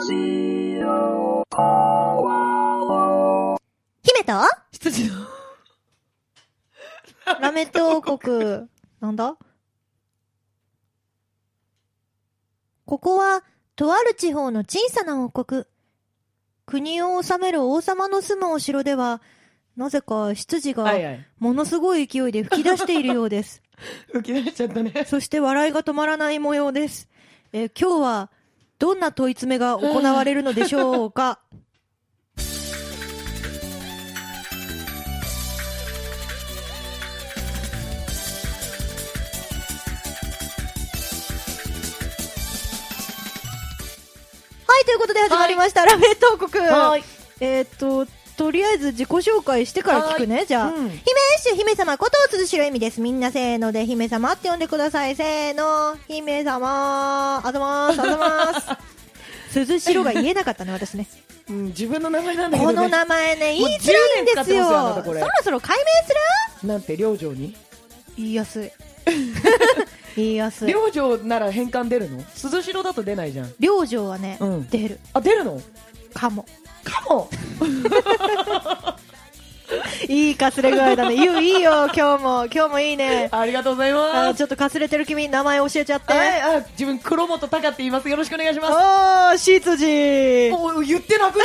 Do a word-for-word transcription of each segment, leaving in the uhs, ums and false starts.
姫と羊のラメット王国。なんだ？ここは、とある地方の小さな王国。国を治める王様の住むお城では、なぜか羊がはいはいものすごい勢いで吹き出しているようです。 吹き出しちゃったね。 そして笑いが止まらない模様です。えー今日はどんな問い詰めが行われるのでしょうか。はい、ということで始まりました、ラメット王国。 はい。 えーっと、とりあえず自己紹介してから聞くね、じゃあ。 うん姫主姫様こと鈴代恵美です。みんなせーので姫様って呼んでください。せーの、姫様、あざまーす、あざまーす。鈴代が言えなかったね、私ね。 うん、自分の名前なんだけどね。 この名前ね、言いもうづらいんですよ。 じゅうねん使ってますよあなたこれそろそろ解明すなんて、領城にる？言いやすい。言いやすい。 領城なら変換出るの？鈴代だと出ないじゃん。 領城はね、 うん出る。 あ、出るの？ かも。 かもいいかすれ具合だね。言ういいよ、今日も。今日もいいね。 ありがとうございあます。 ちょっとかすれてる君、名前教えちゃって。 はい、あ、自分黒本隆って言います。よろしくお願いします。 おー、しつじお、言ってなくね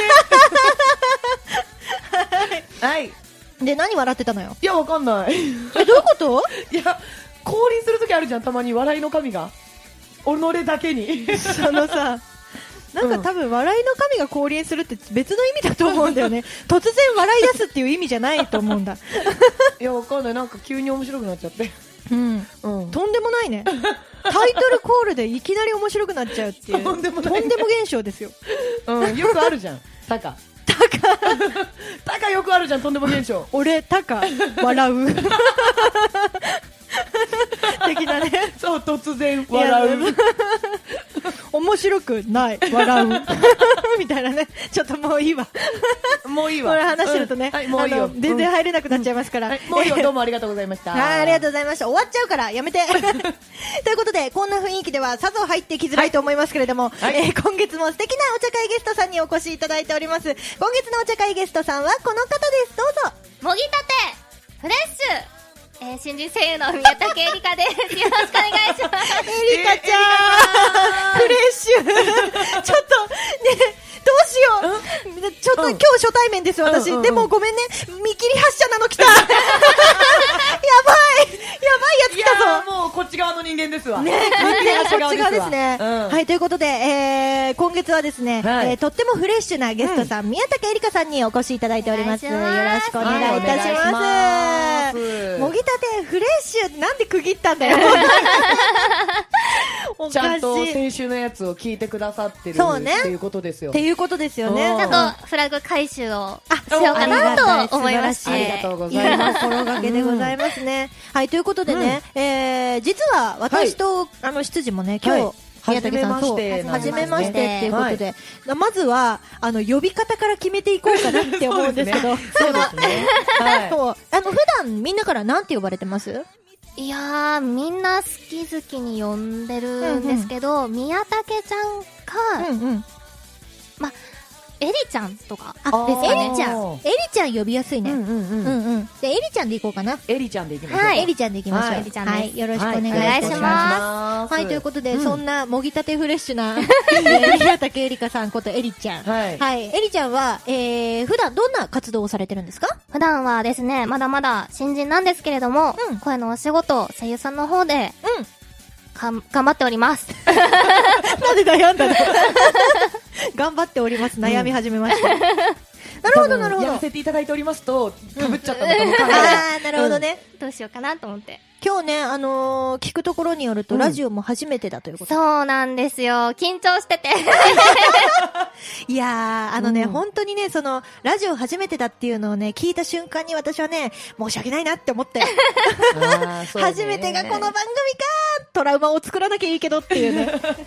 はい。 で、何笑ってたのよ。 いや、わかんない。 え、どういうこといや、降臨するときあるじゃん、たまに笑いの神が。己だけに。 そのさ、なんか多分笑いの神が降臨するって別の意味だと思うんだよね。突然笑い出すっていう意味じゃないと思うんだ。 いや、わかんない。なんか急に面白くなっちゃって。 うん。 うん。 とんでもないね。タイトルコールでいきなり面白くなっちゃうっていう。 とんでもないねとんでも現象ですよ。 うん、よくあるじゃん。タカ。タカ。タカよくあるじゃん、とんでも現象。 俺、タカ、笑う。的なね。 そう、突然笑う。 面白くない、笑う。みたいなね。ちょっともういいわ。 もういいわ。 これ話してるとね、 うんはい、もういいよ。 あの全然入れなくなっちゃいますから。 はい、もういいよ。どうもありがとうございました。 はい、ありがとうございました。終わっちゃうからやめて。ということで、こんな雰囲気ではさぞ入ってきづらいと思いますけれども、 はいえー今月も素敵なお茶会ゲストさんにお越しいただいております。今月のお茶会ゲストさんはこの方です。どうぞ。 もぎたてフレッシュ、えー、新人声優の宮武絵里香です。よろしくお願いします。 エリカちゃん、フレッシュ。ちょっと、ね、どうしよう。ちょっと、 うん今日初対面です、私。 うんうんうんでもごめんね。見切り発車なの来た。やばい。やばいやついや来たぞ。 ー、もうこっち側の人間ですわ。 ね、完全にこっち側ですね。 うんはい、ということで、えー、今月はですね、 はいえーとってもフレッシュなゲストさん、宮武絵里香さんにお越しいただいております。よお願いしますろしくお願いいたしはいお願いしま。 ますすもぎたてフレッシュ、なんで区切ったんだよ。おちゃかしんとい。 先週のやつを聞いてくださってるそうねっていうことですよ。 っていうことですよね。 うんちゃんとフラグ回収をあしようかなと思いまして。 ありがとうごいやざいます。 心がけでございますね。はい、ということでね、えー、実は私と、あの、執事もね、今日、 はい宮武さんと、 初めましてなんですね初めましてっていうことで、まずは、あの、呼び方から決めていこうかなって思うんですけど、 そうですね。はい。 そうあの、普段みんなからなんて呼ばれてます？ いやー、みんな好き好きに呼んでるんですけど、宮武ちゃんか、 うんうん。 エリちゃんとかあ、 ですかね。 エリちゃん。エリちゃん呼びやすいね。うんうんうんうん。 うん。で、エリちゃんでいこうかな。 エリちゃんでいきましょう。 はいエリちゃんでいきましょう。 はいエリちゃんですはい、よろしくお願いいたしお願いします。 ますはい、ということで、 うんそんな、もぎたてフレッシュな、えー宮武絵里香さんことエリちゃん。 はいはい。エリちゃんは、えー、普段どんな活動をされてるんですか？ 普段はですね、まだまだ新人なんですけれども、 うん声のお仕事、声優さんの方で、 うん。 かん、頑張っております。 なんで悩んだの頑張っております。悩み始めました。なるほど、なるほど。 やらせていただいておりますと、かぶっちゃったのかもわかんない。 あー、なるほどね。 どうしようかなと思って。 今日ね、あのー、聞くところによると、 うんラジオも初めてだということ。 そうなんですよ。緊張してて。 いやー、あのね、 うん本当にね、その、ラジオ初めてだっていうのをね、聞いた瞬間に私はね、申し訳ないなって思って、 あーそうね初めてがこの番組かートラウマを作らなきゃいいけどっていうね。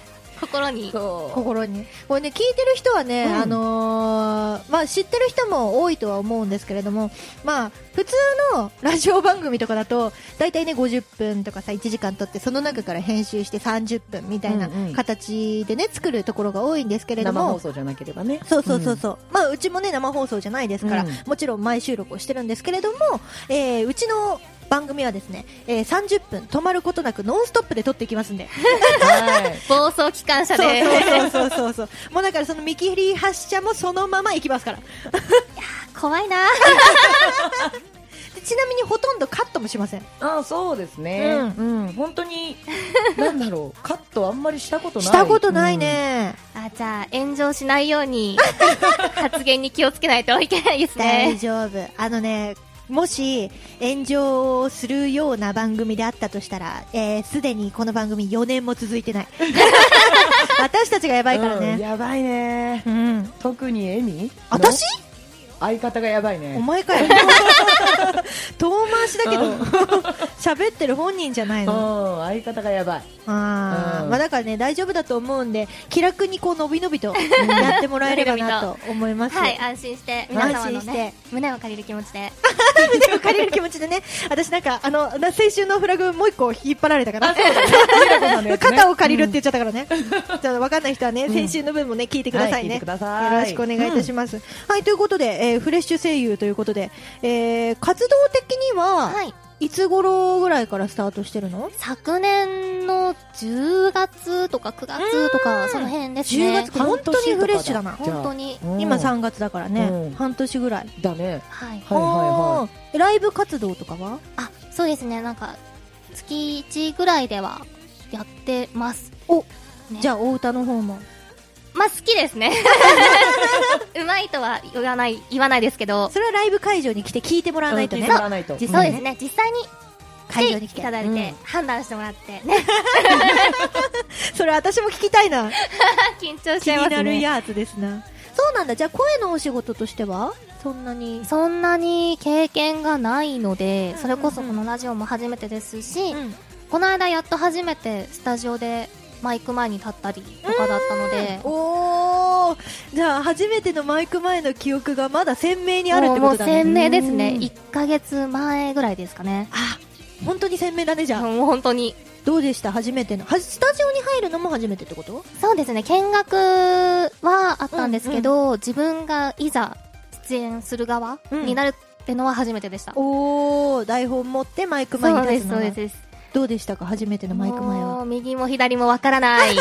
心に。 そう心に。これね、聞いてる人はね、 うんあのー、まあ知ってる人も多いとは思うんですけれども、まあ普通のラジオ番組とかだと、だいたいねごじゅっぷんとかさ、いちじかん撮って、その中から編集してさんじゅっぷんみたいなうんうん形でね、作るところが多いんですけれども、 生放送じゃなければね。 そうそうそうそう、うん、まあうちもね生放送じゃないですから、 うん、 もちろん前収録をしてるんですけれども、えー、うちの番組はですね、えー、さんじゅっぷん止まることなくノンストップで撮っていきますんで、 はい、 暴走機関車で。 そうそうそうそうそうもうだからその見切り発車もそのまま行きますから怖いなでちなみにほとんどカットもしません。 ああ、そうですね。 うん、 うん、本当になんだろう、カットあんまりしたことない。 したことないね。 うん、あ、じゃあ炎上しないように発言に気をつけないといけないですね。 大丈夫。あのね、もし炎上するような番組であったとしたら、えー、すでにこの番組よねんも続いてない私たちがやばいからね、 うん、やばいね、 うん、 特にエミ私相方がやばいね。 お前かよ遠回しだけど喋ってる本人じゃないの。 相方がやばい。 あ、うん、まあだからね大丈夫だと思うんで、気楽にこうのびのびとやってもらえればなと思いますはい、安心して皆様のね胸を借りる気持ちで胸を借りる気持ちでね。私なんかあの先週のフラグもう一個引っ張られたから肩を借りるって言っちゃったからね、うん、ちょっと分かんない人はね、うん、先週の分もね聞いてくださいね、はい、よろしくお願いいたします、うん、はい、ということで、えー、フレッシュ声優ということで、えー、活動的には、はい、いつ頃ぐらいからスタートしてるの？ 昨年のじゅうがつとかくがつとかその辺ですね。 じゅうがつ本当にフレッシュだな。 本当に今さんがつだからね、うん、半年ぐらいだね。 はい、はいはいはい。 ライブ活動とかは？ あ、そうですね、なんか月いちぐらいではやってます。 お、ね、じゃあお歌の方もまあ好きですねうまいとは言わない言わないですけど、 それはライブ会場に来て聞いてもらわないとね。 そうですね、実際に会場に来ていただいて、うん、判断してもらってねそれ私も聞きたいな緊張しちゃいますね。 気になるやつですな。そうなんだ。じゃあ声のお仕事としてはそんなにそんなに経験がないので、それこそこのラジオも初めてですし、うん、この間やっと初めてスタジオでマイク前に立ったりとかだったので、 おー、じゃあ初めてのマイク前の記憶がまだ鮮明にあるってことだね。 もう鮮明ですね。いっかげつまえぐらいですかね。 あ、本当に鮮明だね。じゃあもう本当に。 どうでした？初めてのスタジオに入るのも初めてってこと？ そうですね、見学はあったんですけど、うんうん、自分がいざ出演する側になるってのは初めてでした。 うん、おー、台本持ってマイク前に立つのが。 そうです、そうです。 どうでしたか？初めてのマイク前は。 もう右も左もわからないでも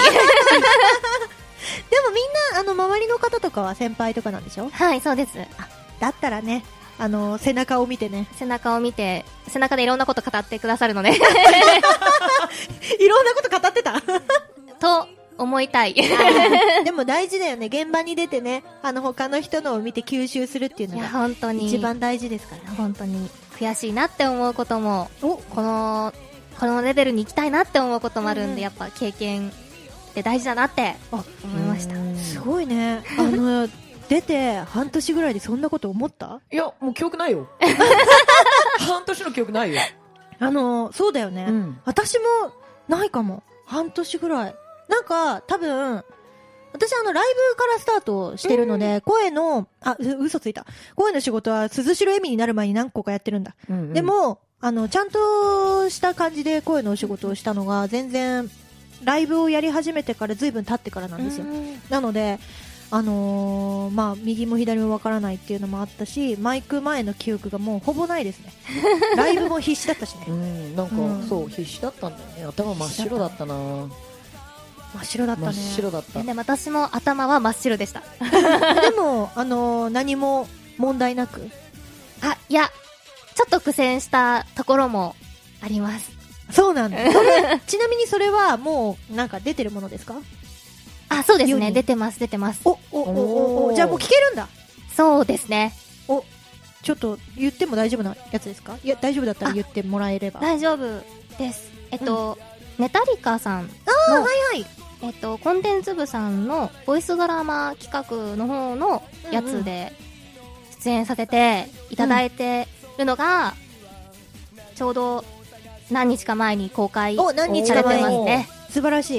みんなあの周りの方とかは先輩とかなんでしょ？ はい、そうです。 あ、だったらね、あの背中を見てね、 背中を見て背中でいろんなこと語ってくださるのでいろんなこと語ってたと思いたいでも大事だよね。現場に出てね、あの他の人のを見て吸収するっていうのが本当に一番大事ですからね。 本当に悔しいなって思うことも、おこのこのレベルに行きたいなって思うこともあるんで、うん、やっぱ経験って大事だなって思いました。 すごいね。あの出て半年ぐらいでそんなこと思った？ いや、もう記憶ないよ半年の記憶ないよ。 あのそうだよね、うん、私もないかも。半年ぐらいなんか多分私あのライブからスタートしてるので、うん、声のあう嘘ついた声の仕事は鈴代恵美になる前に何個かやってるんだ、うんうん、でもあのちゃんとした感じで声のお仕事をしたのが全然ライブをやり始めてからずいぶん経ってからなんですよ。なのであのー、まあ右も左もわからないっていうのもあったし、マイク前の記憶がもうほぼないですねライブも必死だったしね。 うんなんか、うん、そう必死だったんだよね。頭真っ白だったな。 真っ白だったね。 真っ白だった。 で私も頭は真っ白でしたでもあのー、何も問題なく。 あ、いやちょっと苦戦したところもあります。 そうなんだそれちなみにそれはもうなんか出てるものですか？ あ、そうですね、出てます出てます。 おおおお、じゃあもう聞けるんだ。 そうですね。 お、ちょっと言っても大丈夫なやつですか？いや大丈夫だったら言ってもらえれば。 大丈夫です。えっと、うん、ネタリカさんのあ、はいはい、 えっとコンテンツ部さんのボイスドラマ企画の方のやつで出演させていただいてるのが、うん、ちょうど何日か前に公開されてますね。 素晴らしい。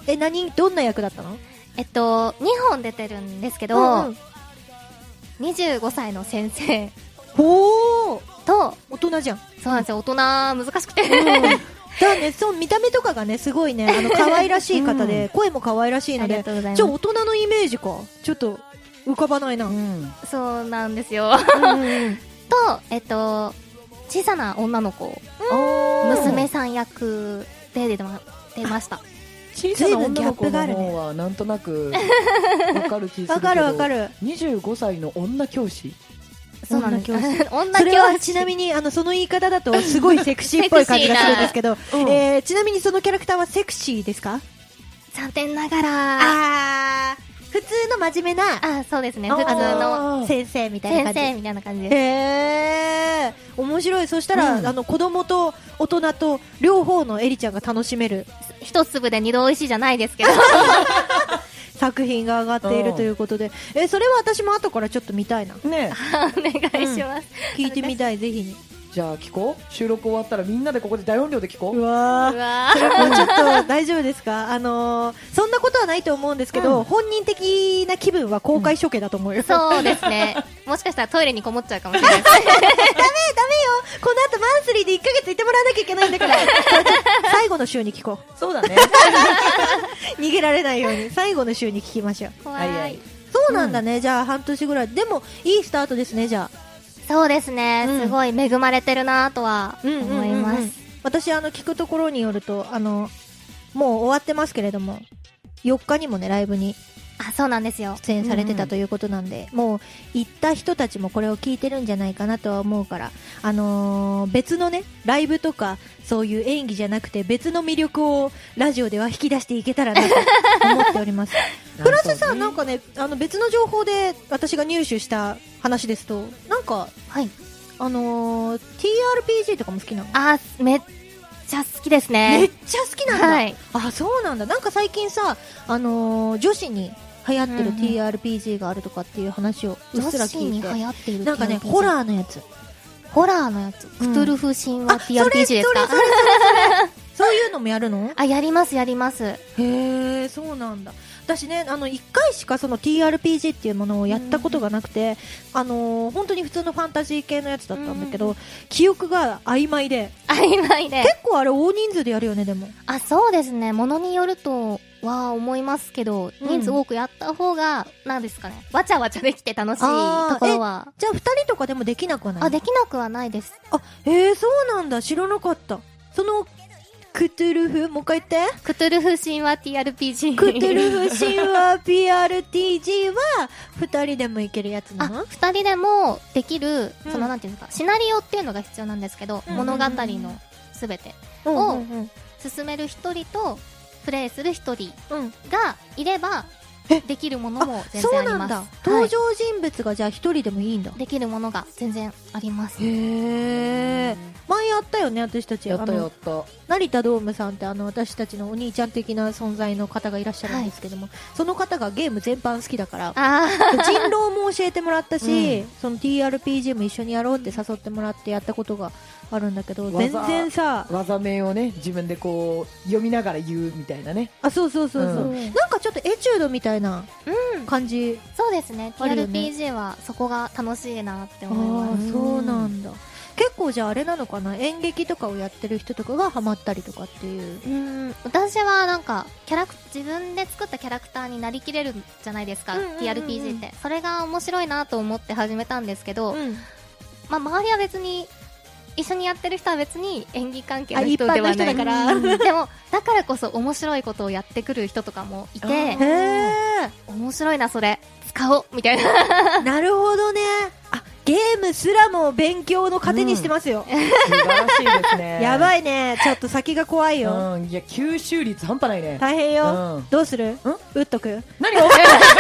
え、何、どんな役だったの？ えっと、にほん出てるんですけど、うんうん、にじゅうごさいの先生。 ほーと、 大人じゃん。 そうなんですよ、大人、難しくて。 うんだね、そう、見た目とかがね、すごいね、あの、可愛らしい方で、うん、声も可愛らしいので、じゃあ大人のイメージか。ちょっと、浮かばないな。うん、 そうなんですよ。うんうん、と、えっと、小さな女の子、娘さん役で出ま、出ました。 小さな女の子の方は、なんとなく、わかる気するけど、わかるわかる。 にじゅうごさいの女教師。 そうなんです。女教師。 それはちなみに、あの、その言い方だと、すごいセクシーっぽい感じがするんですけど、うん、えー、ちなみにそのキャラクターはセクシーですか？ 残念ながら。 あー、普通の真面目な。 あ、そうですね。普通の先生みたいな感じ。 先生みたいな感じです。 へー、面白い。そしたら、うん、あの、子供と大人と両方のエリちゃんが楽しめる。 一粒で二度美味しいじゃないですけど。 作品が上がっているということで、えー、それは私も後からちょっと見たいな。 ねお願いします、 うん、聞いてみたい、ぜひに。 じゃあ聞こう。収録終わったらみんなでここで大音量で聞こう。 うわー、うわーそれもちょっと大丈夫ですか？あのー、そんなことはないと思うんですけど、うん、本人的な気分は公開処刑だと思うよ、うん、 そうですね。もしかしたらトイレにこもっちゃうかもしれないです。ダメダメよ、 この後マンスリーでいっかげついてもらわなきゃいけないんだから。最後の週に聞こう。そうだね。 逃げられないように最後の週に聞きましょう。 怖い、はい、 そうなんだね、うん、じゃあ半年ぐらいでもいいスタートですね。じゃあそうですね、うん、すごい恵まれてるなとは思います、うんうんうんうん、 私あの聞くところによると、あのもう終わってますけれども、よっかにもねライブにあ、そうなんですよ、 出演されてたということなんで、うんうん、もう行った人たちもこれを聞いてるんじゃないかなとは思うから、あのー、別のねライブとかそういう演技じゃなくて別の魅力をラジオでは引き出していけたらなと思っております。プラスさ、なんかね、あの別の情報で私が入手した話ですと、なんか、 はい、 あのー、ティーアールピージー とかも好きなの？ あ、めっちゃ好きですね。 めっちゃ好きなんだ、 はい、 あ、そうなんだ。なんか最近さ、あのー、女子に流行ってる ティーアールピージー があるとかっていう話をうっすら聞いて、 女子に流行っているなんかね、ホラーのやつホラーのやつ、クトゥルフ神話 ティーアールピージー ですか？ それそれそれそれそういうのもやるの？ あ、やりますやります。 へー、そうなんだ。私ね、あのいっかいしかその ティーアールピージー っていうものをやったことがなくて、あのー、本当に普通のファンタジー系のやつだったんだけど、記憶が曖昧で曖昧で結構あれ大人数でやるよね。でもあ、そうですね、ものによるとは思いますけど、人数多くやった方がなんですかね、わちゃわちゃできて楽しいところは。 じゃあふたりとかでもできなくはない？ あ、できなくはないです。 あ、へー、そうなんだ、知らなかった。そのクトゥルフ、もう一回言って。 クトゥルフ神話 ティーアールピージー。 クトゥルフ神話 ピーアールティージー は二人でもいけるやつなの？ あ、二人でもできる、うん、そのなんていうんですか、シナリオっていうのが必要なんですけど、うん、物語のすべてを進める一人とプレイする一人がいれば、できるものも全然あります。そうなんだ。 登場人物がじゃあ一人でもいいんだ。 できるものが全然あります。 へー。前やったよね、私たち。 やったやった。 成田ドームさんってあの私たちのお兄ちゃん的な存在の方がいらっしゃるんですけども、はい、その方がゲーム全般好きだから人狼も教えてもらったし、うん、その ティーアールピージー も一緒にやろうって誘ってもらってやったことがあるんだけど、全然さ技名をね自分でこう読みながら言うみたいなね。 あ、そうそうそうそう、うん、なんかちょっとエチュードみたいな感じ、 うん、そうですね。 ティーアールピージー はそこが楽しいなって思います。 あ、そうなんだ。結構じゃああれなのかな、演劇とかをやってる人とかがハマったりとかっていう。 うん、私はなんかキャラク自分で作ったキャラクターになりきれるじゃないですか、うんうんうんうん、ティーアールピージー ってそれが面白いなと思って始めたんですけど、うん、まあ周りは別に一緒にやってる人は別に演技関係の人ではないから、うん、でもだからこそ面白いことをやってくる人とかもいて、 へー、 面白いなそれ使おうみたいな。 なるほどね。あ、ゲームすらも勉強の糧にしてますよ、 うん、素晴らしいですね。 やばいね、ちょっと先が怖いよ、 うん、いや吸収率半端ないね。 大変よ、うん、どうする？ん打っとく？ 何をえ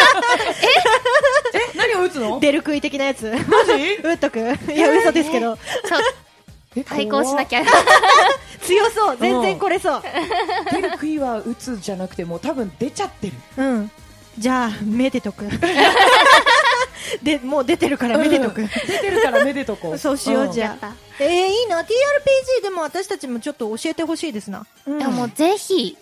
え何を打つの？ デルクイ的なやつマジ？ 打っとく？いや嘘ですけど、 ちょ対抗しなきゃ強そう、全然これそう、 デルクイは打つじゃなくてもう多分出ちゃってる。 うん、じゃあめでとくでもう出てるからめでとく、うん、 出てるからめでとこうそうしよう、うん、じゃあえー、いいな。 ティーアールピージー でも私たちもちょっと教えてほしいですな、 うん、でももうぜひ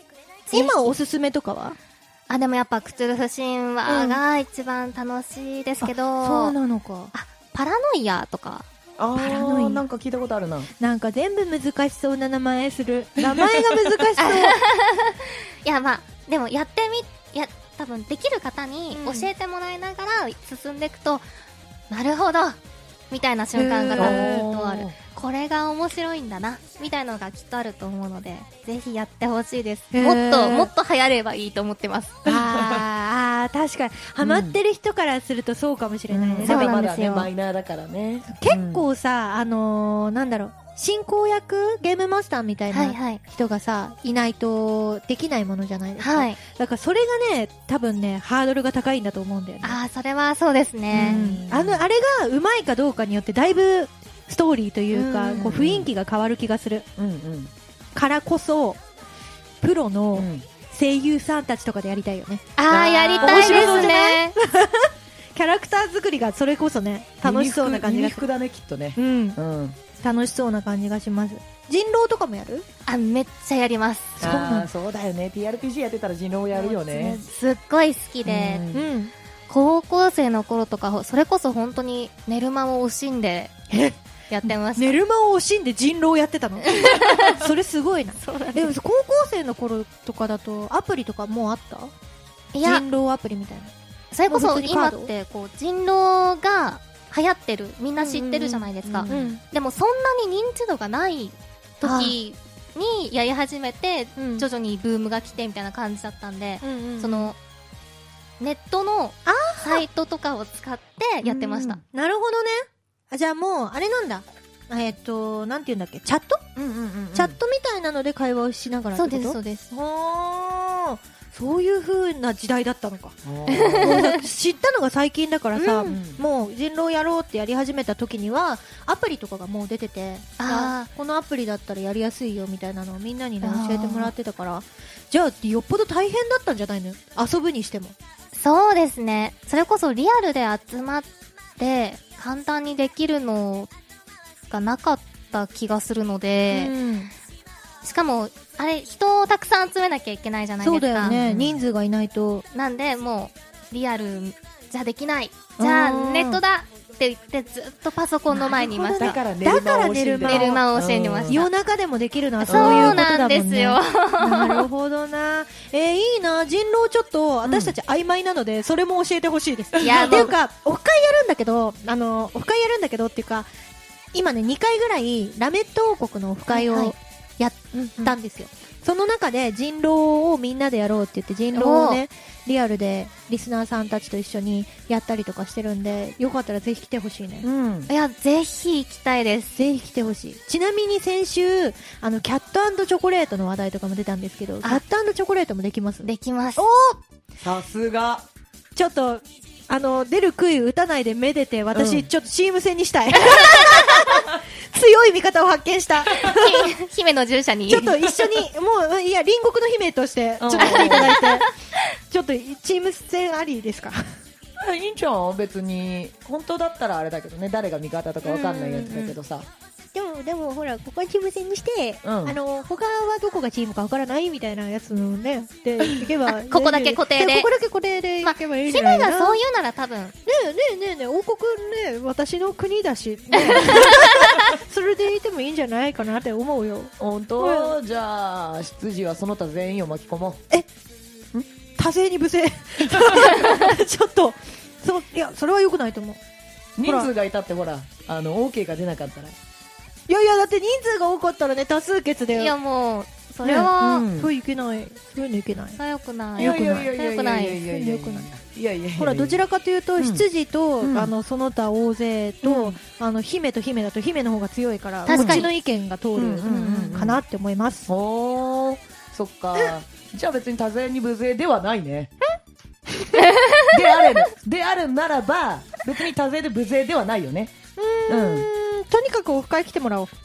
今おすすめとかは？ あ、でもやっぱクトゥルフ神話が一番楽しいですけど、うん、 そうなのか。 あ、パラノイアとか。 あパラノイアなんか聞いたことあるな。 なんか全部難しそうな名前する。名前が難しそう。 いや、まあ、でもやってみ、や、多分できる方に教えてもらいながら進んでいくと、うん、なるほどみたいな瞬間が多分きっとある。これが面白いんだなみたいなのがきっとあると思うので、ぜひやってほしいです。もっともっと流行ればいいと思ってます。 ああ、確かにハマってる人からするとそうかもしれないね。 うん、そうなんですよ。 まだね、マイナーだからね。 結構さ、あのー、なんだろう、進行役ゲームマスターみたいな人がさ、はいはい、いないとできないものじゃないですか。はい、だからそれがね、多分ね、ハードルが高いんだと思うんだよね。 ああ、それはそうですね。 うん、あの、あれがうまいかどうかによってだいぶストーリーというか、こう雰囲気が変わる気がする、うんうん、からこそプロの声優さんたちとかでやりたいよね。 ああ、やりたいですね。 キャラクター作りがそれこそね、楽しそうな感じがする。 だね、きっとね、 うんうん、楽しそうな感じがします。人狼とかもやる？ あ、めっちゃやります。 そうなんそうだよね。 ティーアールピージー やってたら人狼やるよね。 すっごい好きで、うんうん、高校生の頃とかそれこそ本当に寝る間を惜しんでやってました。 寝る間を惜しんで人狼やってたの？それすごいな。でも高校生の頃とかだとアプリとかもうあった？いや、人狼アプリみたいな。それこそ今ってこう人狼が流行ってる、みんな知ってるじゃないですか、うんうん、でもそんなに認知度がない時にやり始めて、うん、徐々にブームが来てみたいな感じだったんで、うんうん、そのネットのサイトとかを使ってやってました。うん、 なるほどね。あ、じゃあもうあれなんだ、えっとなんていうんだっけ、チャット、うんうんうんうん、チャットみたいなので会話をしながらってこと？ そうですそうです。 あー、そういう風な時代だったのか。知ったのが最近だからさ、うん、もう人狼やろうってやり始めた時にはアプリとかがもう出てて、あ、このアプリだったらやりやすいよみたいなのをみんなにね教えてもらってたから、じゃあよっぽど大変だったんじゃないの？遊ぶにしても。 そうですね。それこそリアルで集まって簡単にできるのがなかった気がするので、うん、しかもあれ人をたくさん集めなきゃいけないじゃないですか。 そうだよね、うん、人数がいないと。 なんでもうリアルじゃできない、じゃあネットだって言ってずっとパソコンの前にいました。 だから寝る間を教えて寝る間を教えてました。 夜中でもできるのはそういうことだもんね。そうなんですよ。 なるほどな。えー、いいな。人狼ちょっと私たち曖昧なので、うん、それも教えてほしいです。いや、っていうかオフ会やるんだけど、あのオフ会やるんだけどっていうか、今ねにかいぐらいラメット王国のオフ会をやったんですよ。はいはい、その中で人狼をみんなでやろうって言って、人狼をねリアルでリスナーさんたちと一緒にやったりとかしてるんで、よかったらぜひ来てほしいね。うん、 いや、ぜひ行きたいです。 ぜひ来てほしい。ちなみに先週あのキャット&チョコレートの話題とかも出たんですけど、キャット&チョコレートもできます？ できます。 おー、さすが。 ちょっとあの出る杭打たないでめでて、私、うん、ちょっとチーム戦にしたい。強い味方を発見した。 姫の従者にちょっと一緒に、もういや隣国の姫としてちょっと来ていただいて、ちょっとチーム戦ありですか？ いいんじゃん、別に。本当だったらあれだけどね、誰が味方とかわかんないやつだけどさ。 でもでもほら、ここはチーム戦にして、うん、あの他はどこがチームかわからないみたいなやつのね、でいけばここだけ固定で、 ここだけ固定でいけばいいんじゃないかな。 まあ、姫がそう言うなら多分ねえねえねえねえ、王国ね、私の国だし、ね、それでいてもいいんじゃないかなって思うよ。 本当、うん、じゃあ執事はその他全員を巻き込もう。 え、ん多勢に無勢。ちょっとそう、いや、それは良くないと思う。 人数がいたってほら、あの OK が出なかったら、 いやいや、だって人数が多かったらね、多数決で。 いやもうそれは、 ね、うん、そういけない、そういうのいけない。 それよくない。 よくない。 よくない。 よくない。いやいやいや。ほら、どちらかというと、執事と、うん、あのその他大勢と、うん、あの姫と姫だと姫の方が強いから、こっちの意見が通るかなって思います。 おー、そっか。じゃあ別に多勢に無勢ではないね。であるであるならば、別に多勢で無勢ではないよね。 うん。とにかくオフ会来てもらおう。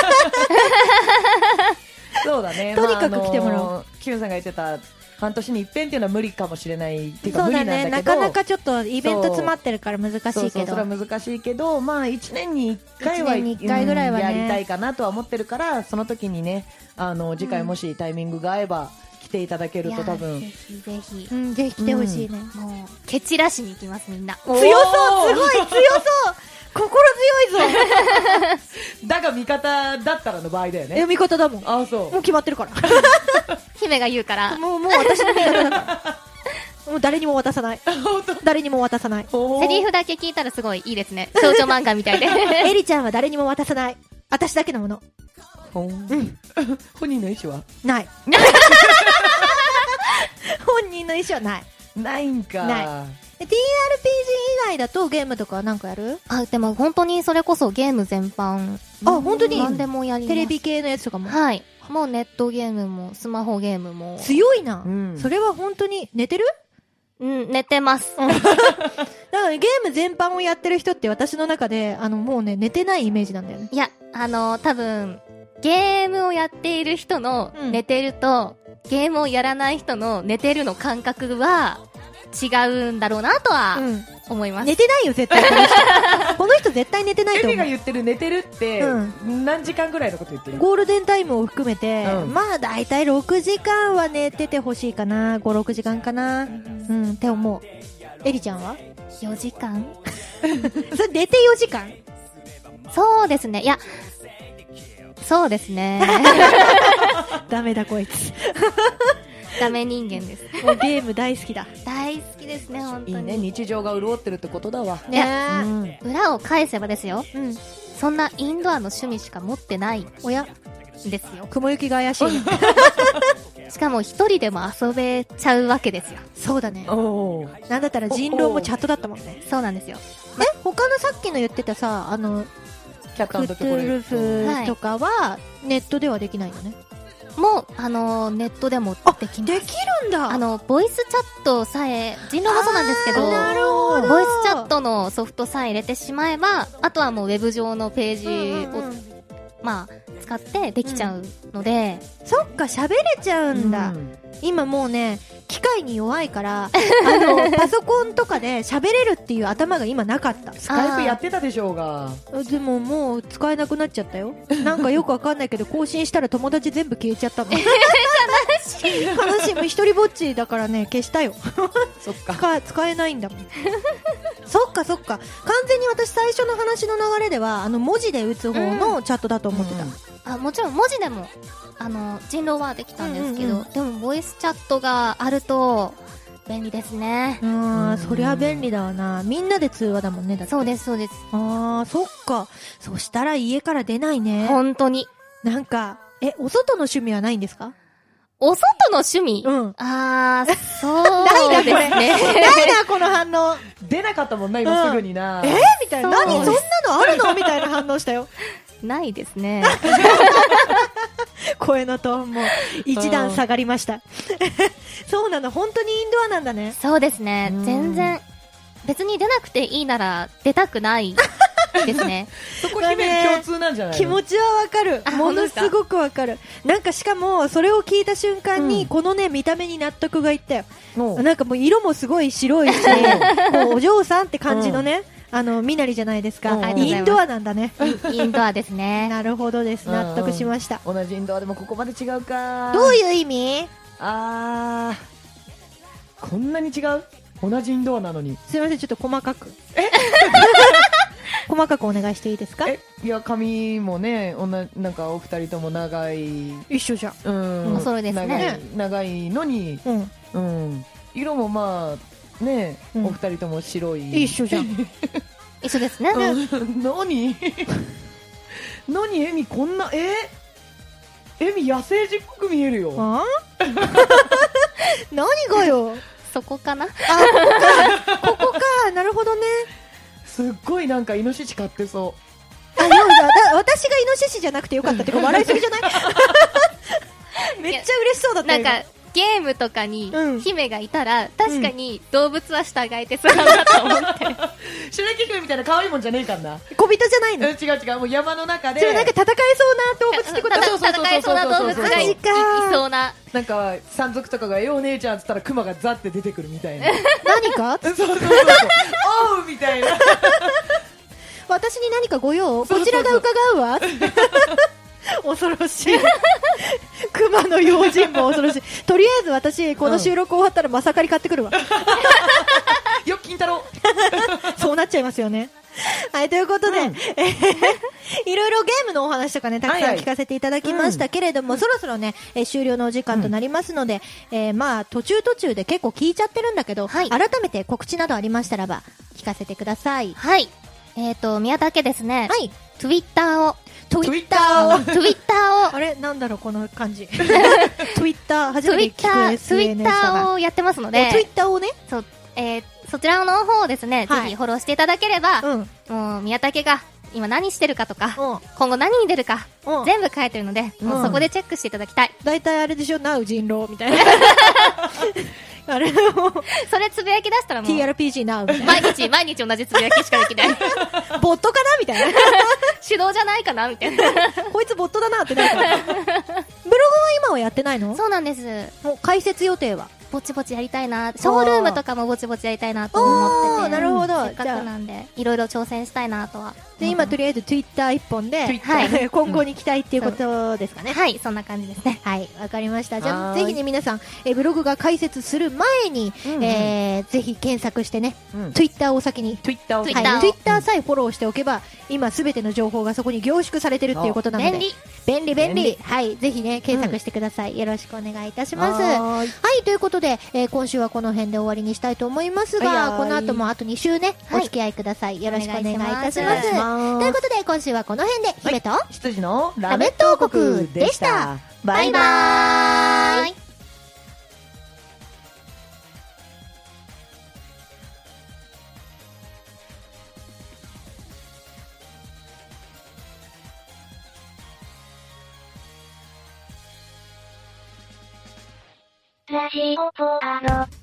そうだね。 とにかく来てもらおう。 まあ、キムさんが言ってた半年に一遍っていうのは無理かもしれないっていうか、 そうだね、 無理なんだけど、 なかなかちょっとイベント詰まってるから難しいけど、そうそう、 それは難しいけど、まあいちねんにいっかいは、いちねんにいっかいぐらいはね、やりたいかなとは思ってるから、その時にね、あの次回もしタイミングが合えば来ていただけると多分。 ぜひぜひ。 うん、ぜひ来てほしいね。 うん、もう、蹴散らしに行きます、みんな。 強そう、すごい強そう心強いぞだが味方だったらの場合だよね。 え、味方だもん。 あ、そう。 もう決まってるから。 姫が言うから。 もう、もう私の味方だから。もう誰にも渡さない。誰にも渡さない。 セリフだけ聞いたらすごいいいですね。少女漫画みたいで。 エリちゃんは誰にも渡さない。私だけのもの。 ほん。うん。本人の意思はない。本人の意思はない。 ないんか。 ない。ティーアールピージー 以外だとゲームとかなんかやる？ あ、でも本当にそれこそゲーム全般。 あ、本当に何でもやります。 テレビ系のやつとかも。 はい。もうネットゲームもスマホゲームも。 強いな。 うん、 それは本当に寝てる？ うん、寝てます。 だからゲーム全般をやってる人って私の中で、あの、もうね、寝てないイメージなんだよね。 いや、あの、多分、ゲームをやっている人の寝てると、うん、ゲームをやらない人の寝てるの感覚は違うんだろうなとは思います。うん、 寝てないよ、絶対。この人、この人絶対寝てないと思う。 エミが言ってる寝てるって、うん、何時間ぐらいのこと言ってる？ ゴールデンタイムを含めて、うん、まあだいたいろくじかんは寝ててほしいかな。ご、ろくじかんかな。うん、うん、って思う。エリちゃんはよじかんそれ寝てよじかん？ そうですね。いや、そうですね。 ダメだこいつ。 ダメ人間です。 もうゲーム大好きだ。 大好きですね、本当に。 いいね、日常が潤ってるってことだわ。 ねえ、うん、裏を返せばですよ。うん。そんなインドアの趣味しか持ってない親ですよ。 雲行きが怪しい。 しかも一人でも遊べちゃうわけですよ。 そうだね。なんだったら人狼もチャットだったもんね。 そうなんですよ。 え、他のさっきの言ってたさ、あの、 キャット&トゥルフとかはネットではできないのね。 もう、あのー、ネットでもできます。 できるんだ。 あの、ボイスチャットさえ、人狼もそうなんですけど、 なるほど。 ボイスチャットのソフトさえ入れてしまえば、あとはもうウェブ上のページを、うんうんうん、まあ、使ってできちゃうので、 うん、そっか、喋れちゃうんだ。うん、今もうね、機械に弱いから、あの、パソコンとかで喋れるっていう頭が今なかった。 スカイプやってたでしょうが。 でももう使えなくなっちゃったよ。なんかよくわかんないけど、更新したら友達全部消えちゃったの。悲しい。悲しい。もう一人ぼっちだからね、消したよ。 そっか。 使、使えないんだもん。そっかそっか。完全に私最初の話の流れでは、あの、文字で打つ方のチャットだと思ってた。うんうん、あ、もちろん文字でも、あの、人狼はできたんですけど、うんうんうん、でもボイスチャットがあると、便利ですね。 ああ、そりゃ便利だわな。みんなで通話だもんね、だって。 そうです、そうです。 ああ、そっか。そしたら家から出ないね。 本当に。 なんか、え、お外の趣味はないんですか？ お外の趣味？うん。あー、そうですね。ないな、 ないな、この反応。 出なかったもんな、今すぐにな。 うん、えー、みたいな。何そんなのあるのみたいな反応したよ。 ないですね。 声のトーンも一段下がりました。そうなの、本当にインドアなんだね。 そうですね。全然、別に出なくていいなら出たくないですね。 そこ姫共通なんじゃないの？ 気持ちはわかる。ものすごくわかる。なんかしかも、それを聞いた瞬間に、うん、このね、見た目に納得がいったよ。なんかもう色もすごい白いし、こうお嬢さんって感じのね、うん、あの、みなりじゃないですか。インドアなんだね。 インドアですね。 なるほどです。納得しました。 うんうん、同じインドアでもここまで違うか。 どういう意味？ あー、こんなに違う？同じインドアなのに。 すいません、ちょっと細かく。え細かくお願いしていいですか？ え、いや、髪もね、おな、なんかお二人とも長い。 一緒じゃん。 うん。 お揃いですね。 長い、長いのに、うん。うん。色もまあ、ね、うん、お二人とも白い。 一緒じゃん。 一緒ですね。 うん、何何エミこんな、えエミ野生児っぽく見えるよ。あ何がよ。 そこかな。あ、ここか。ここか。なるほどね。 すっごいなんかイノシシ飼ってそう。 あ、いやだ私がイノシシじゃなくてよかったってか笑いすぎじゃない？めっちゃ嬉しそうだったよ。 なんかゲームとかに姫がいたら、うん、確かに動物は従えてそうだなと思って。 白雪姫みたいな可愛いもんじゃねえかんな。 小人じゃないの？ うん、違う違う、もう山の中で。 でもなんか戦えそうな動物ってこと？ 戦えそうな動物がいそうな。 なんか山賊とかが「えお姉ちゃん」っつったらクマがザって出てくるみたいな。 何か？ そうそうそうそう。おうみたいな。 私に何かご用？こちらが伺うわ。 恐ろしい。熊の用心棒恐ろしい。とりあえず私、この収録終わったらまさかり買ってくるわ。 よっ、金太郎。 そうなっちゃいますよね。はい、ということで、うん、えいろいろゲームのお話とかね、たくさん聞かせていただきましたけれども、はいはい、うん、そろそろね、えー、終了のお時間となりますので、うん、えー、まあ、途中途中で結構聞いちゃってるんだけど、はい、改めて告知などありましたらば、聞かせてください。 はい。えっ、ー、と、宮武ですね。 はい。 Twitter を。 Twitter を。 Twitter を。 あれなんだろう、この感じ。Twitter、初めて聞く エスエヌエス だな。 Twitter をやってますので。 Twitter をね。 そう、えー、そちらの方をですね、はい、ぜひフォローしていただければ、うん、もう宮武が今何してるかとか、うん、今後何に出るか、うん、全部書いてるので、うん、もうそこでチェックしていただきたい。 だいたいあれでしょ、ナウ人狼みたいな。あれもそれつぶやき出したらもうティーアールピージー ナウみたいな。 毎日毎日同じつぶやきしかできない。 ボットかなみたいな。 手動じゃないかなみたいな。 こいつボットだなってなるから。ブログは今はやってないの？ そうなんです。 もう解説予定はぼちぼちやりたいな。ショールームとかもぼちぼちやりたいなと思ってて。 なるほど。 せっかくなんでいろいろ挑戦したいなとは。 で、今とりあえず Twitter 一本で、はい、今後に期待っていうことですかね。 はい、そんな感じですね。 はい、わかりました。じゃあぜひね、皆さんえブログが開設する前に、うんうん、えー、ぜひ検索してね、うん、Twitter を先に Twitter を先に、はい、Twitter さえフォローしておけば、今すべての情報がそこに凝縮されてるっていうことなので、 便利便利便利、便利、はい、ぜひね検索してください。うん、よろしくお願いいたします。はい、ということで、えー、今週はこの辺で終わりにしたいと思いますが、はい、この後もあとに週ね、はい、お付き合いください。よろしくお願いいたします。ということで今週はこの辺で、姫と羊のラメット王国でした。バイバーイ。 ラジオポアロ。